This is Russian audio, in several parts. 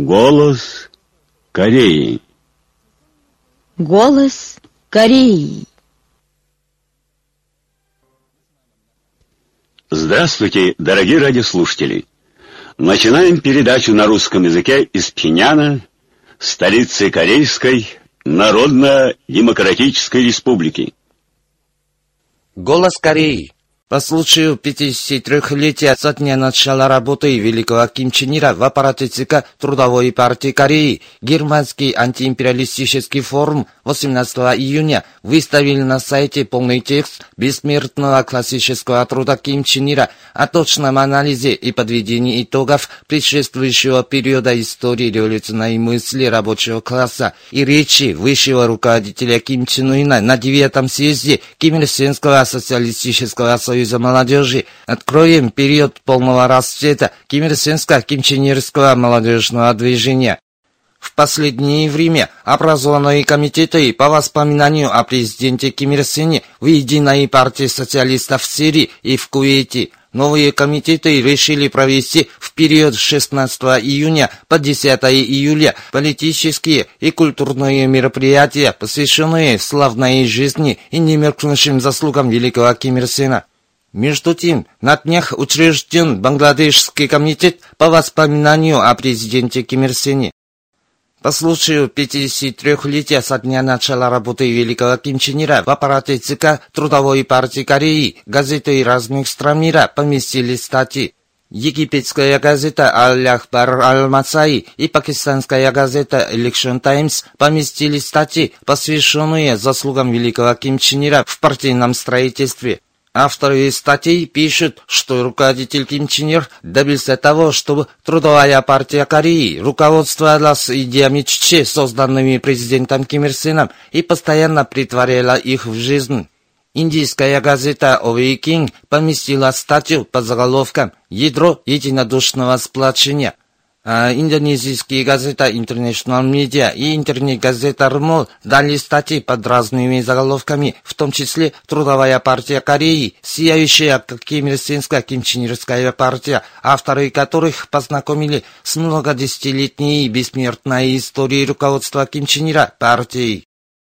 Голос Кореи. Голос Кореи. Здравствуйте, дорогие радиослушатели! Начинаем передачу на русском языке из Пхеньяна, столицы Корейской Народно-Демократической Республики. Голос Кореи. По случаю 53-летия со дня начала работы великого Ким Чен Ира в аппарате ЦК Трудовой партии Кореи Германский антиимпериалистический форум 18 июня выставил на сайте полный текст бессмертного классического труда Ким Чен Ира о точном анализе и подведении итогов предшествующего периода истории революционной мысли рабочего класса и речи высшего руководителя Ким Чен Ына на 9-м съезде Ким-Ир-сенского социалистического союза молодежи. Откроем период полного расцвета Ким-Ир-сенско-кимченерского молодежного движения. В последнее время образованные комитеты по воспоминанию о президенте Ким Ир Сене в Единой партии социалистов в Сирии и в Кувейте. Новые комитеты решили провести в период с 16 июня по 10 июля политические и культурные мероприятия, посвященные славной жизни и немеркнущим заслугам великого Ким Ир Сена. Между тем, на днях учрежден Бангладешский комитет по воспоминанию о президенте Ким Ир Сене. По случаю 53-летия со дня начала работы великого Ким Чен Ира в аппарате ЦК Трудовой партии Кореи газеты разных стран мира поместили статьи. Египетская газета «Аль-Ахбар Аль-Масаи» и пакистанская газета «Election Times» поместили статьи, посвященные заслугам великого Ким Чен Ира в партийном строительстве. Авторы статей пишут, что руководитель Ким Чен Ир добился того, чтобы Трудовая партия Кореи руководствовалась идеями Чучхе, созданными президентом Ким Ир Сеном, и постоянно претворяла их в жизнь. Индийская газета Awakening поместила статью под заголовком «Ядро единодушного сплочения». А индонезийские газеты International Media и интернет-газета РМО дали статьи под разными заголовками, в том числе «Трудовая партия Кореи», сияющая как Ким-Ир-сенская партия, авторы которых познакомили с многодесятилетней бессмертной историей руководства Ким Чен Ира партией.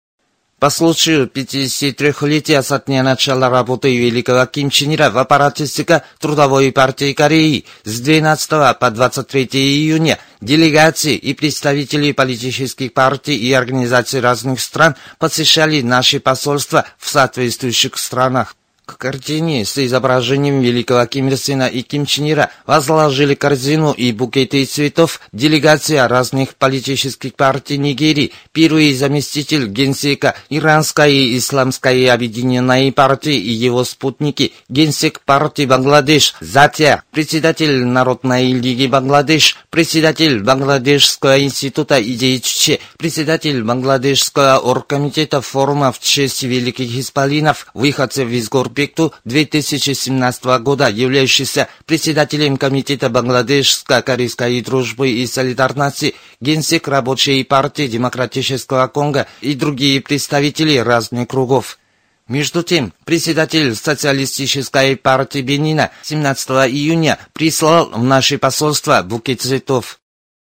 По случаю 53-летия со дня начала работы великого Ким Чен Ира в аппарате ЦК Трудовой партии Кореи с 12 по 23 июня делегации и представители политических партий и организаций разных стран посещали наши посольства в соответствующих странах. К картине с изображением великого Ким Ир Сена и Ким Чен Ира возложили корзину и букеты цветов делегация разных политических партий Нигерии, первый заместитель генсека Иранской исламской объединенной партии и его спутники, генсек партии Бангладеш Затия, председатель Народной лиги Бангладеш, председатель Бангладешского института идей Чучхе, председатель Бангладешского оргкомитета форума в честь великих исполинов, выходцев из гор 2017 года, являющийся председателем комитета Бангладешско-корейской дружбы и солидарности, генсек рабочей партии Демократического Конго и другие представители разных кругов. Между тем, председатель социалистической партии Бенина 17 июня прислал в наше посольство букет цветов.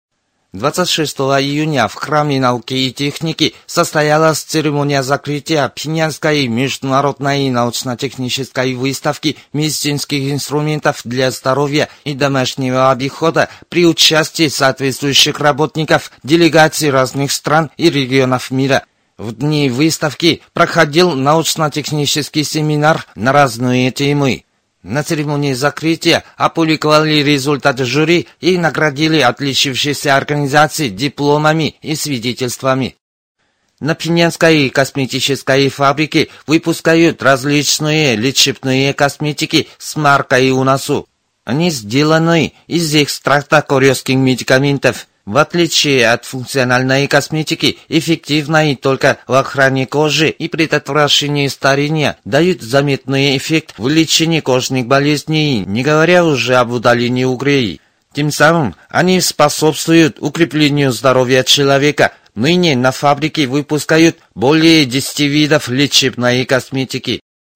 26 июня в Храме науки и техники состоялась церемония закрытия Пхеньянской международной научно-технической выставки медицинских инструментов для здоровья и домашнего обихода при участии соответствующих работников делегаций разных стран и регионов мира. В дни выставки проходил научно-технический семинар на разные темы. На церемонии закрытия опубликовали результаты жюри и наградили отличившиеся организации дипломами и свидетельствами. На Пхеньянской косметической фабрике выпускают различные лечебные косметики с маркой УНАСУ. Они сделаны из экстракта корейских медикаментов. В отличие от функциональной косметики, эффективной только в охране кожи и предотвращении старения, дают заметный эффект в лечении кожных болезней, не говоря уже об удалении угрей. Тем самым они способствуют укреплению здоровья человека. Ныне на фабрике выпускают более 10 видов лечебной косметики.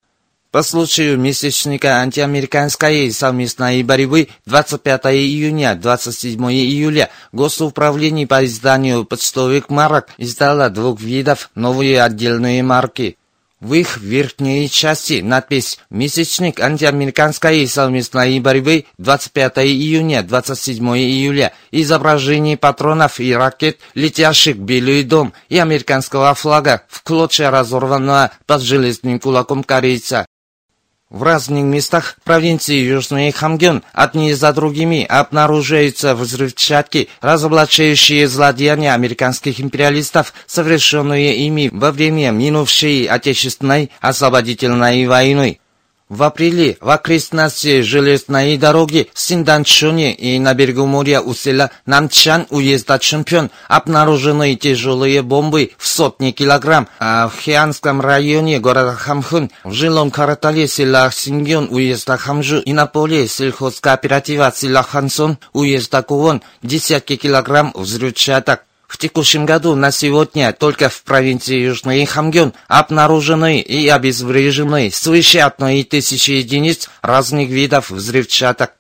По случаю месячника антиамериканской совместной борьбы 25 июня, 27 июля Госуправление по изданию почтовых марок издало двух видов новые отдельные марки. В их верхней части надпись «Месячник антиамериканской совместной борьбы 25 июня, 27 июля», изображение патронов и ракет, летящих в Белый дом, и американского флага в клочья разорванного под железным кулаком корейца. В разных местах провинции Южный Хамгён одни за другими обнаруживаются взрывчатки, разоблачающие злодеяния американских империалистов, совершенные ими во время минувшей Отечественной освободительной войны. В апреле в окрестности железной дороги в Синданчоне и на берегу моря у села Намчан уезда Чемпион обнаружены тяжелые бомбы в сотни килограмм, а в Хеанском районе города Хамхун, в жилом квартале села Сингён уезда Хамжу и на поле сельхозкооператива села Хансон уезда Кувон десятки килограмм взрывчаток. В текущем году на сегодня только в провинции Южный Хамгён обнаружены и обезврежены свыше 1000 единиц разных видов взрывчаток.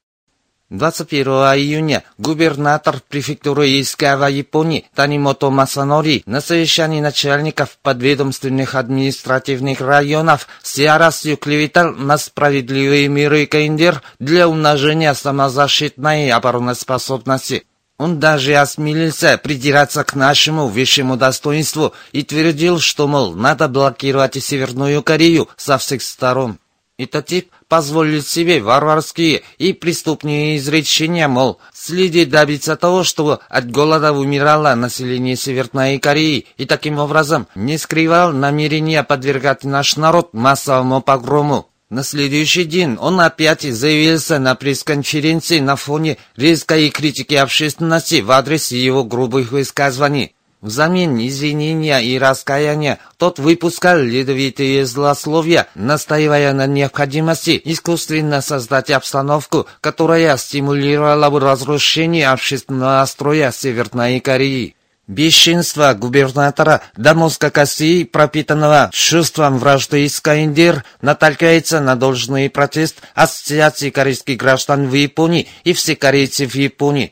21 июня губернатор префектуры Искава Японии Танимото Масанори на совещании начальников подведомственных административных районов с яростью клеветал на справедливые миры КНДР для умножения самозащитной обороноспособности. Он даже осмелился придираться к нашему высшему достоинству и твердил, что, мол, надо блокировать Северную Корею со всех сторон. Этот тип позволит себе варварские и преступные изречения, мол, следует добиться того, чтобы от голода умирало население Северной Кореи, и таким образом не скрывал намерения подвергать наш народ массовому погрому. На следующий день он опять заявился на пресс-конференции на фоне резкой критики общественности в адрес его грубых высказываний. Взамен извинения и раскаяния тот выпускал ядовитые злословия, настаивая на необходимости искусственно создать обстановку, которая стимулировала бы разрушение общественного строя Северной Кореи. Бесчинство губернатора до мозга костей, пропитанного чувством вражды из КНДР, наталкивается на должный протест Ассоциации корейских граждан в Японии и все корейцы в Японии.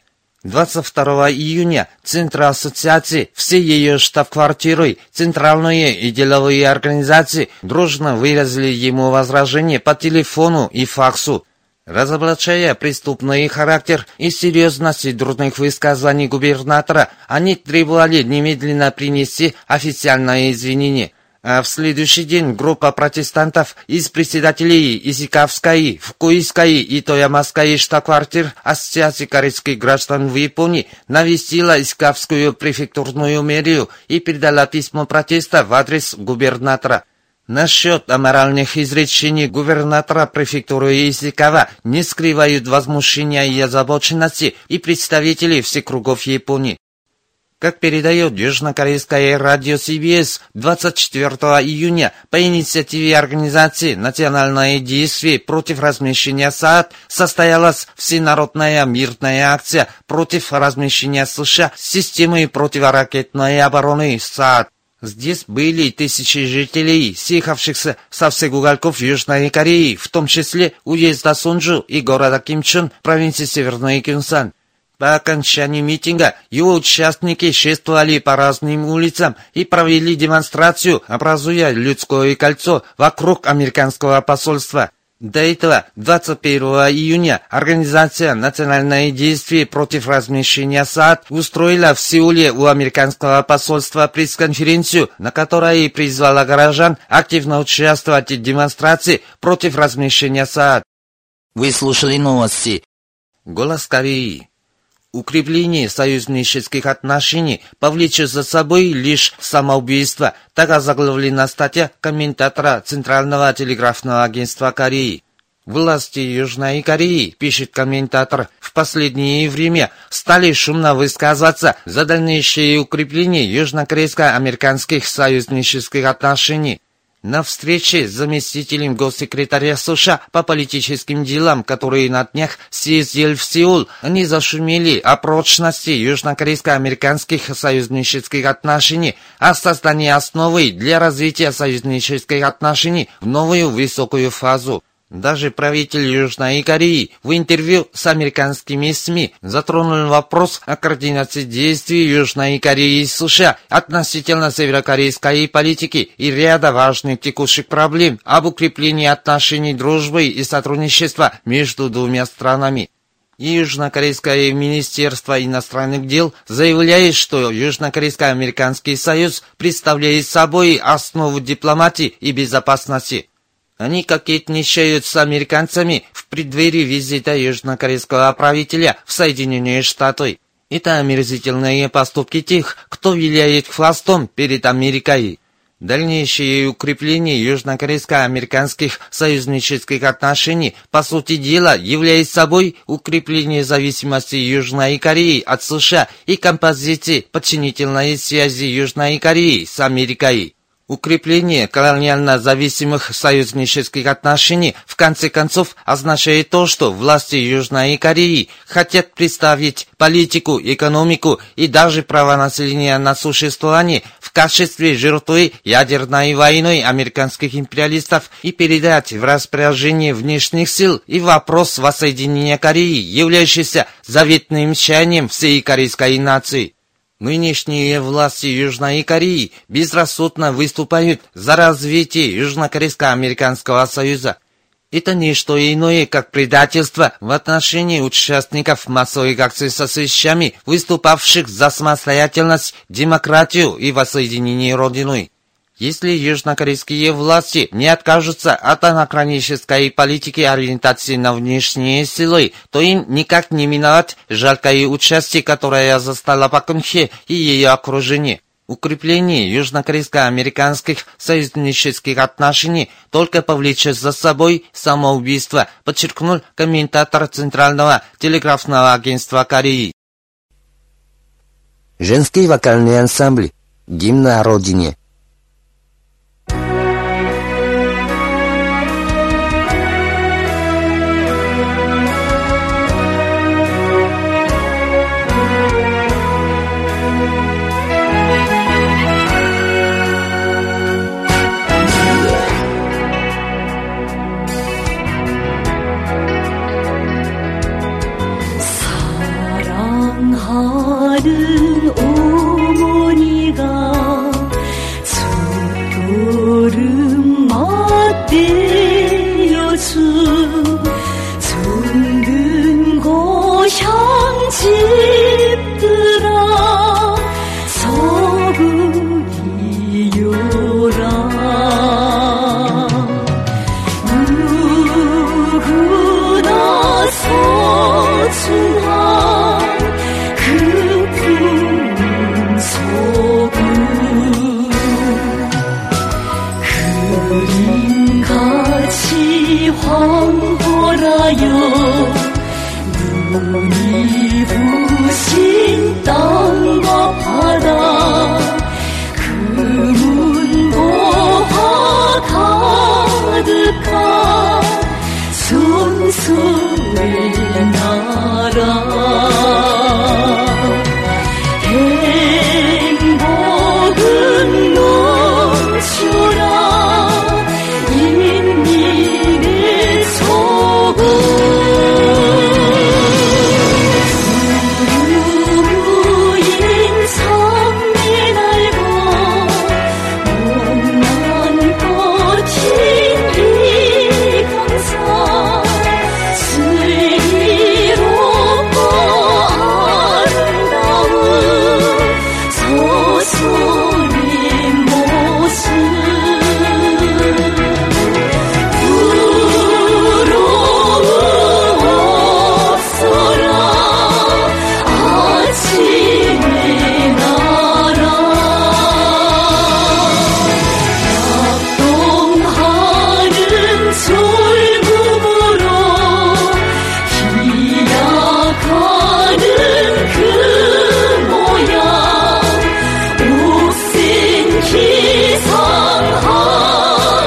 22 июня Центр ассоциации, все ее штаб-квартиры, центральные и деловые организации дружно выразили ему возражения по телефону и факсу. Разоблачая преступный характер и серьезность дурных высказываний губернатора, они требовали немедленно принести официальное извинение. А в следующий день группа протестантов из председателей Исикавской, Фукуйской и Тоямасской штаб-квартир Ассоциации корейских граждан в Японии навестила Исикавскую префектурную мэрию и передала письмо протеста в адрес губернатора. Насчет аморальных изречений губернатора префектуры Исикава не скрывают возмущения и озабоченности и представители всех кругов Японии. Как передает южнокорейское радио CBS, 24 июня по инициативе организации «Национальное действие против размещения СААД» состоялась всенародная мирная акция против размещения США системы противоракетной обороны СААД. Здесь были тысячи жителей, съехавшихся со всех уголков Южной Кореи, в том числе уезда Сонджу и города Кимчон, провинции Северный Кёнсан. По окончании митинга его участники шествовали по разным улицам и провели демонстрацию, образуя людское кольцо вокруг американского посольства. До этого 21 июня организация «Национальное действие против размещения СААД» устроила в Сеуле у американского посольства пресс-конференцию, на которой призвала горожан активно участвовать в демонстрации против размещения СААД. Вы слушали новости. Голос Кореи. Укрепление союзнических отношений повлечет за собой лишь самоубийство, так озаглавлена статья комментатора Центрального телеграфного агентства Кореи. Власти Южной Кореи, пишет комментатор, в последнее время стали шумно высказываться за дальнейшее укрепление южнокорейско-американских союзнических отношений. На встрече с заместителем госсекретаря США по политическим делам, который на днях съездил в Сеул, они зашумели о прочности южнокорейско-американских союзнических отношений, о создании основы для развития союзнических отношений в новую высокую фазу. Даже правитель Южной Кореи в интервью с американскими СМИ затронул вопрос о координации действий Южной Кореи и США относительно северокорейской политики и ряда важных текущих проблем об укреплении отношений дружбы и сотрудничества между двумя странами. И Южнокорейское министерство иностранных дел заявляет, что Южнокорейско-американский союз представляет собой основу дипломатии и безопасности. Они кокетничают с американцами в преддверии визита южнокорейского правителя в Соединенные Штаты. Это омерзительные поступки тех, кто виляет хвостом перед Америкой. Дальнейшее укрепление южнокорейско-американских союзнических отношений, по сути дела, является собой укрепление зависимости Южной Кореи от США и композиции подчинительной связи Южной Кореи с Америкой. Укрепление колониально зависимых союзнических отношений в конце концов означает то, что власти Южной Кореи хотят представить политику, экономику и даже право населения на существование в качестве жертвы ядерной войной американских империалистов и передать в распоряжение внешних сил и вопрос воссоединения Кореи, являющийся заветным чаянием всей корейской нации. Нынешние власти Южной Кореи безрассудно выступают за развитие Южнокорейско-американского союза. Это не что иное, как предательство в отношении участников массовых акций со свечами, выступавших за самостоятельность, демократию и воссоединение Родиной. Если южнокорейские власти не откажутся от анахронической политики ориентации на внешние силы, то им никак не миновать жалкое участие, которое застало Пак Кын Хе и ее окружение. Укрепление южнокорейско-американских союзнических отношений только повлечет за собой самоубийство, подчеркнул комментатор Центрального телеграфного агентства Кореи. Женский вокальный ансамбль «Гимн о Родине». 사랑하는 어머니가 숫돌음 맞대어준 정든 고향집들아 서구이요라 누구나 소중한 그림같이 황홀하여 눈이 부신 땅과 바다 금은보화 가득한 순수의 나라 행복은 넘쳐라 인민의 소금 두루인 삶이 날고 못난 꽃인 이강산 슬기롭고 아름다운 서술인 모습 부러웠어라 아침의 나라 낙동하는 졸음으로 기약하는 그 모양 옥센 기상하는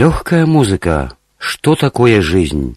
Легкая музыка. Что такое жизнь?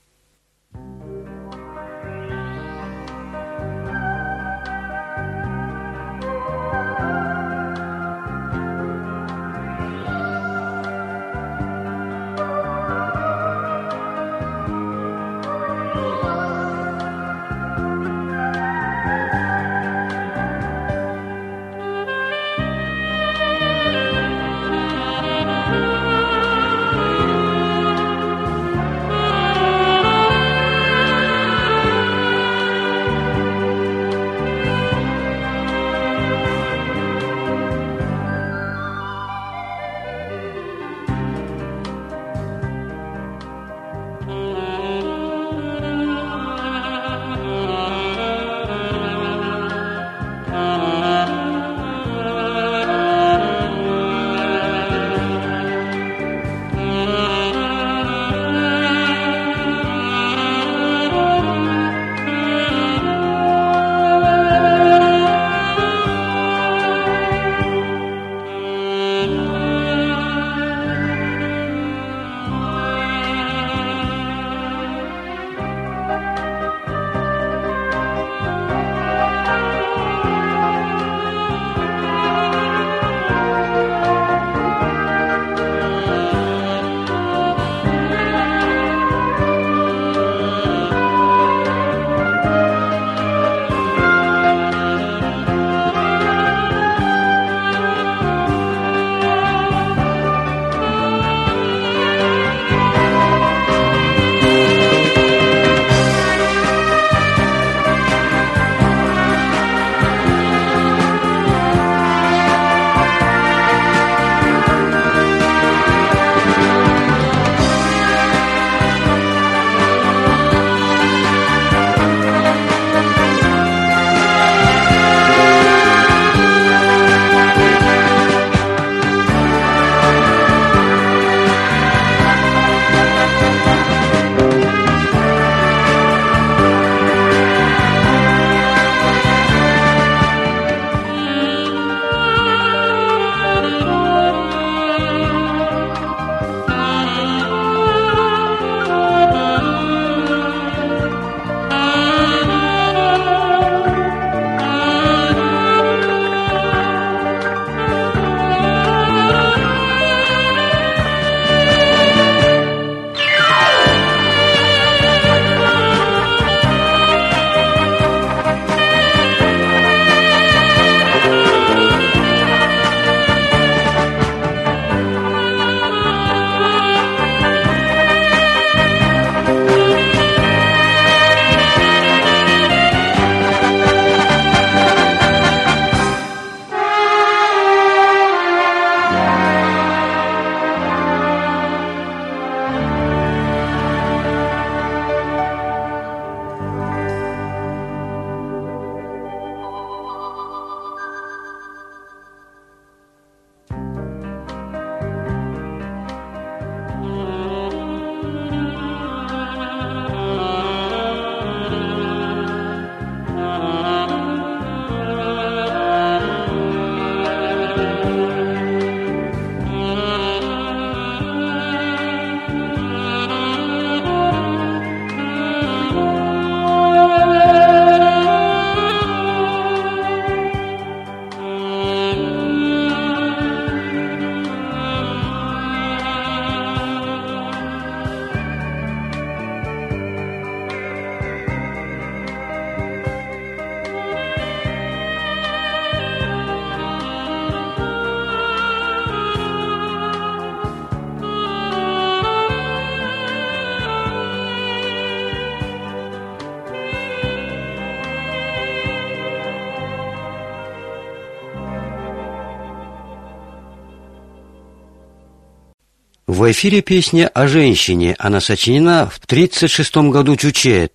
В эфире песня о женщине. Она сочинена в 1936 году Чуче,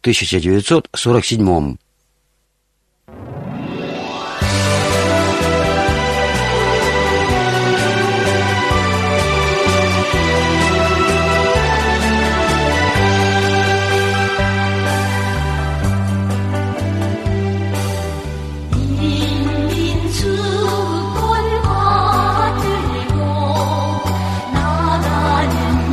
1947. 인민축권과 들고 나가는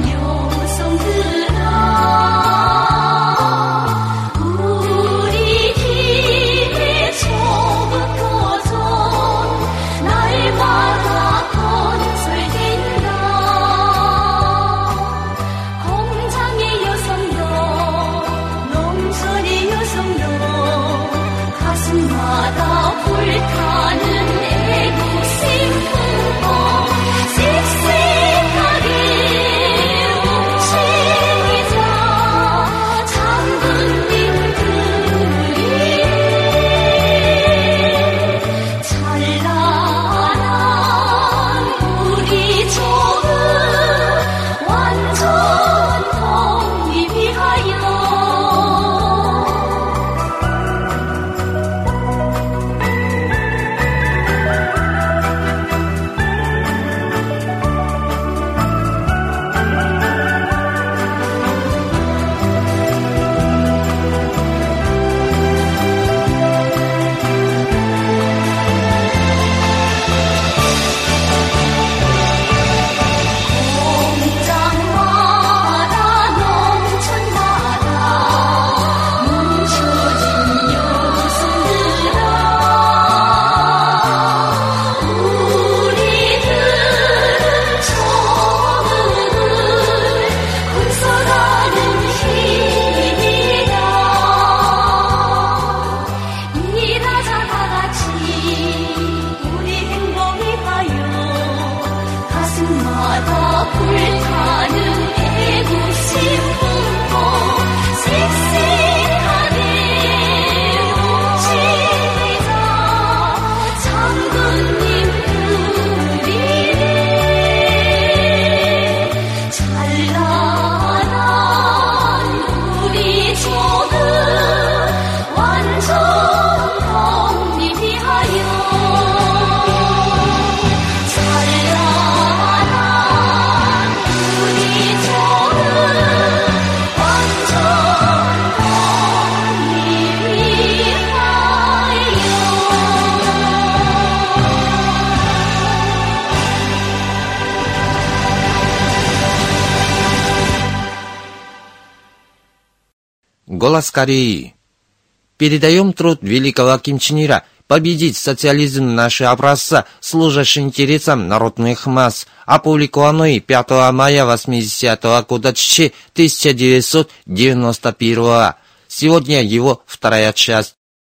Голос Кореи. Передаем труд великого Ким Чен Ира победить социализм нашего образца, служащий интересам народных масс, опубликованный 5 мая 80-го года 1991. Сегодня его вторая часть.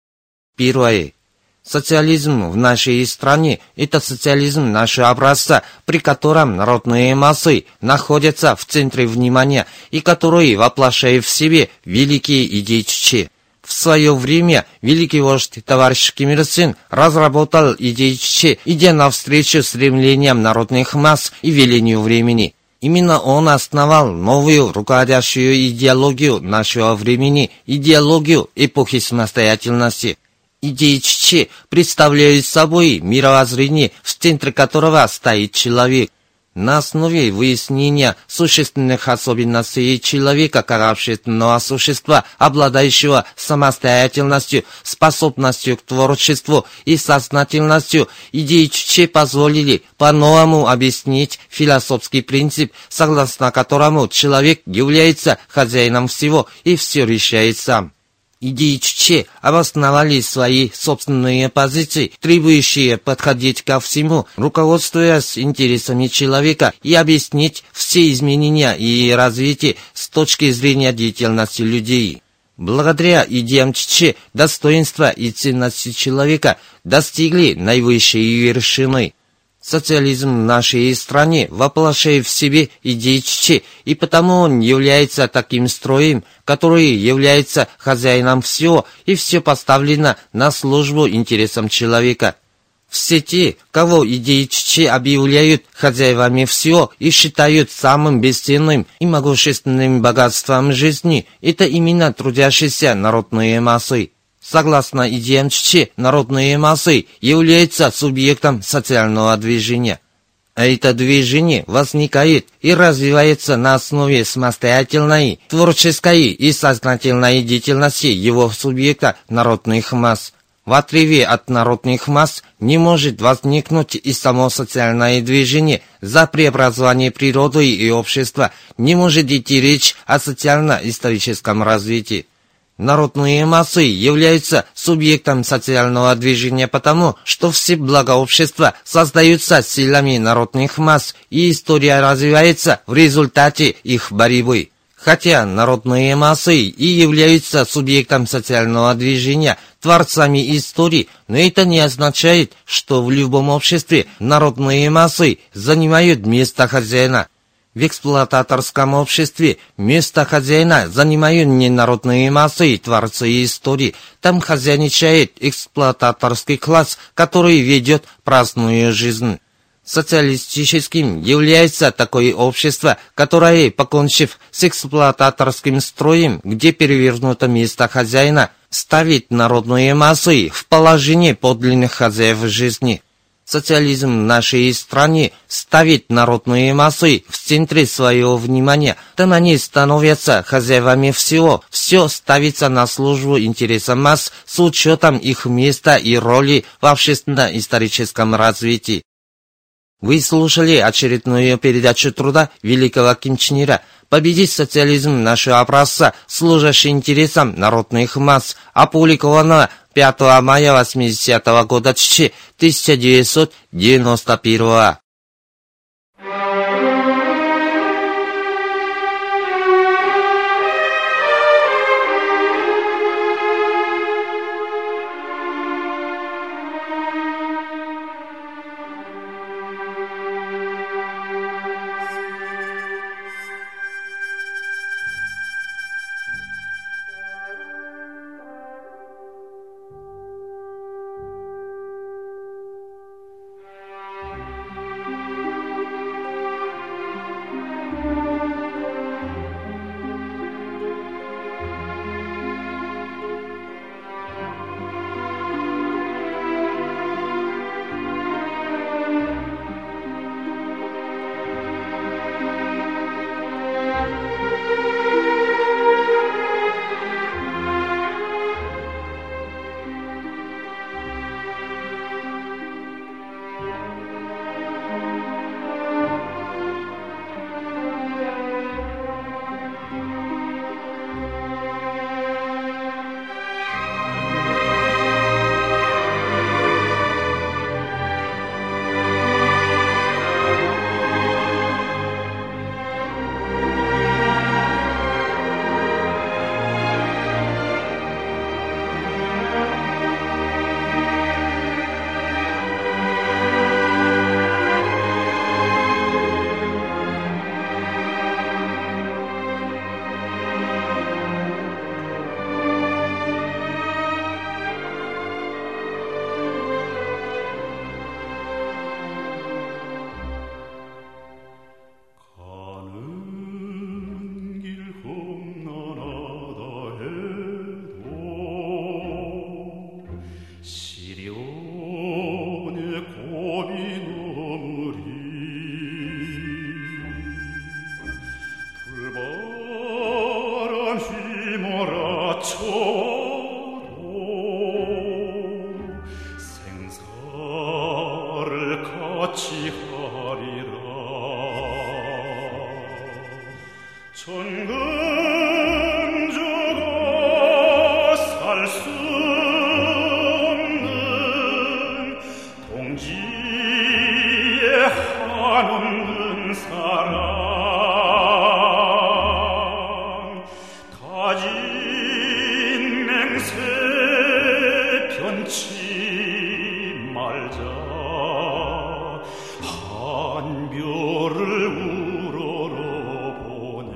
Первое. Социализм в нашей стране – это социализм нашего образца, при котором народные массы находятся в центре внимания и который воплощает в себе великие идеи Чучхе. В свое время великий вождь товарищ Ким Ир Сен разработал идеи Чучхе, идя навстречу стремлениям народных масс и велению времени. Именно он основал новую руководящую идеологию нашего времени, идеологию эпохи самостоятельности. Идеи Чучхе представляют собой мировоззрение, в центре которого стоит человек. На основе выяснения существенных особенностей человека как общественного существа, обладающего самостоятельностью, способностью к творчеству и сознательностью, идеи Чучхе позволили по-новому объяснить философский принцип, согласно которому человек является хозяином всего и все решает сам. Идеи Чучхе обосновали свои собственные позиции, требующие подходить ко всему, руководствуясь интересами человека и объяснить все изменения и развитие с точки зрения деятельности людей. Благодаря идеям Чучхе достоинства и ценности человека достигли наивысшей вершины. Социализм в нашей стране воплощает в себе идеи Чучхе, и потому он является таким строем, который является хозяином всего, и все поставлено на службу интересам человека. Все те, кого идеи Чучхе объявляют хозяевами всего и считают самым бесценным и могущественным богатством жизни, это именно трудящиеся народные массы. Согласно идеям Чучхе, народные массы являются субъектом социального движения. А это движение возникает и развивается на основе самостоятельной, творческой и сознательной деятельности его субъекта народных масс. В отрыве от народных масс не может возникнуть и само социальное движение за преобразование природы и общества, не может идти речь о социально-историческом развитии. Народные массы являются субъектом социального движения потому, что все блага общества создаются силами народных масс, и история развивается в результате их борьбы. Хотя народные массы и являются субъектом социального движения, творцами истории, но это не означает, что в любом обществе народные массы занимают место хозяина. В эксплуататорском обществе место хозяина занимают не народные массы и творцы истории. Там хозяйничает эксплуататорский класс, который ведет праздную жизнь. Социалистическим является такое общество, которое, покончив с эксплуататорским строем, где перевернуто место хозяина, ставит народные массы в положение подлинных хозяев жизни. Социализм в нашей стране ставит народные массы в центре своего внимания. Там они становятся хозяевами всего. Все ставится на службу интересам масс с учетом их места и роли в общественно-историческом развитии. Вы слушали очередную передачу труда великого Ким Чен Ира «Победить социализм нашего образца, служащий интересам народных масс», опубликованного 5 мая 80-го года 1991. 거쳐도 생사를 같이 하리라. 천근저가 살 수 없는 동지의 한없는 사랑, 가진 맹세 변치 말자. 한 별을 우러러 보내.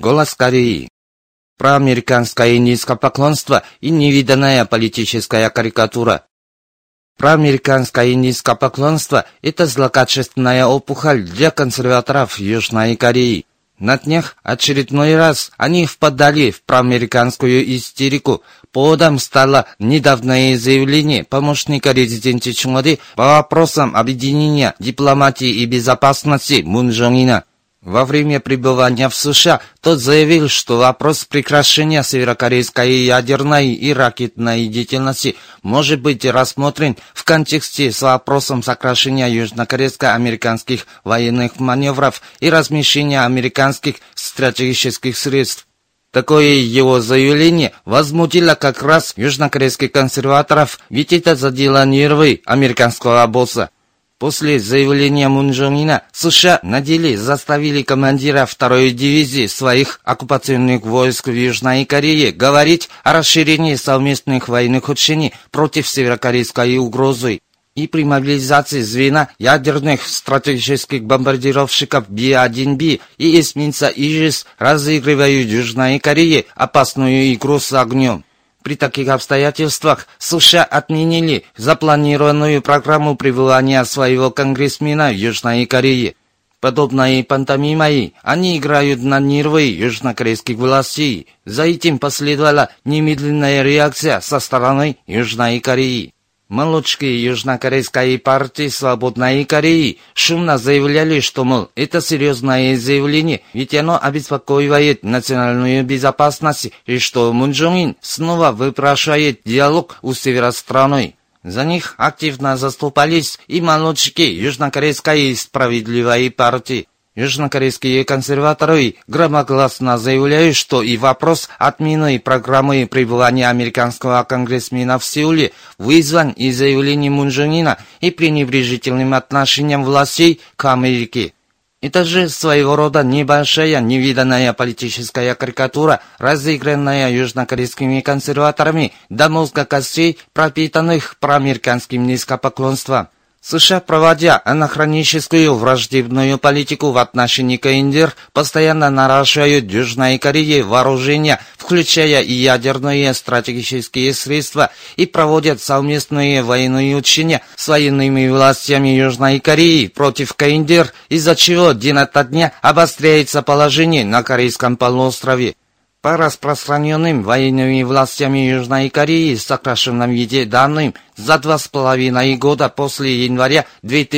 Голос Кореи. Проамериканское низкопоклонство и невиданная политическая карикатура. Проамериканское низкопоклонство – это злокачественная опухоль для консерваторов Южной Кореи. На днях очередной раз они впадали в проамериканскую истерику. Поводом стало недавнее заявление помощника резидента Чунводы по вопросам объединения дипломатии и безопасности Мун Чжон Ина. Во время пребывания в США тот заявил, что вопрос прекращения северокорейской ядерной и ракетной деятельности может быть рассмотрен в контексте с вопросом сокращения южнокорейско-американских военных маневров и размещения американских стратегических средств. Такое его заявление возмутило как раз южнокорейских консерваторов, ведь это задело нервы американского босса. После заявления Мун Чжон Ина США на деле заставили командира второй дивизии своих оккупационных войск в Южной Корее говорить о расширении совместных военных учений против северокорейской угрозы. И при мобилизации звена ядерных стратегических бомбардировщиков Би-1Би и эсминца Игис разыгрывают в Южной Корее опасную игру с огнем. При таких обстоятельствах США отменили запланированную программу пребывания своего конгрессмена в Южной Корее. Подобной пантомимой они играют на нервы южнокорейских властей. За этим последовала немедленная реакция со стороны Южной Кореи. Молодчики южнокорейской партии Свободной Кореи шумно заявляли, что, мол, это серьезное заявление, ведь оно обеспокоивает национальную безопасность, и что Мун Чжон Ин снова выпрашивает диалог у северо-страны. За них активно заступались и молодчики южнокорейской справедливой партии. Южнокорейские консерваторы громогласно заявляют, что и вопрос отмены программы пребывания американского конгрессмена в Сеуле вызван и заявлением Мун Чжон Ина и пренебрежительным отношением властей к Америке. Это же своего рода небольшая невиданная политическая карикатура, разыгранная южнокорейскими консерваторами до мозга костей, пропитанных проамериканским низкопоклонством. США, проводя анахроническую враждебную политику в отношении КНДР, постоянно наращивают в Южной Корее вооружения, включая и ядерные стратегические средства, и проводят совместные военные учения с военными властями Южной Кореи против КНДР, из-за чего день ото дня обостряется положение на Корейском полуострове. По распространенным военными властями Южной Кореи в сокращенном виде данным, за 2,5 года после января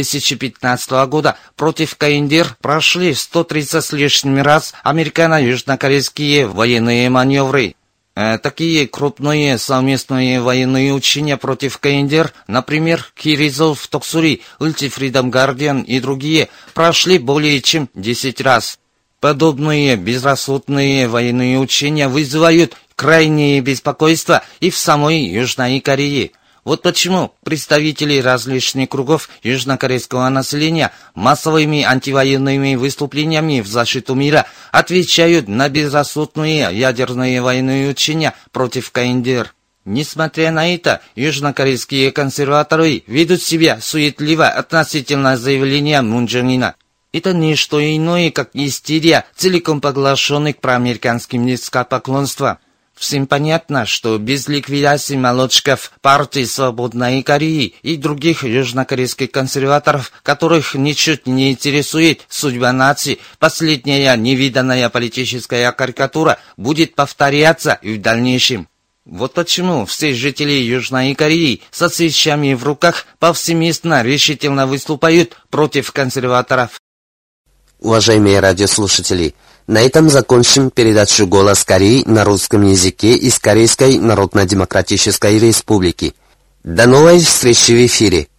2015 года против КНДР прошли 130 с лишним раз американо-южнокорейские военные маневры. Такие крупные совместные военные учения против КНДР, например, Киризов в Токсури, Ulti Freedom Guardian и другие, прошли более чем 10 раз. Подобные безрассудные военные учения вызывают крайнее беспокойство и в самой Южной Корее. Вот почему представители различных кругов южнокорейского населения массовыми антивоенными выступлениями в защиту мира отвечают на безрассудные ядерные военные учения против КНДР. Несмотря на это, южнокорейские консерваторы ведут себя суетливо относительно заявления Мун Чжон Ина. Это не что иное, как истерия, целиком поглощенных проамериканским низкопоклонством. Всем понятно, что без ликвидации молодчиков партии Свободной Кореи и других южнокорейских консерваторов, которых ничуть не интересует судьба нации, последняя невиданная политическая карикатура будет повторяться и в дальнейшем. Вот почему все жители Южной Кореи со свечами в руках повсеместно решительно выступают против консерваторов. Уважаемые радиослушатели, на этом закончим передачу «Голос Кореи» на русском языке из Корейской Народно-Демократической Республики. До новой встречи в эфире!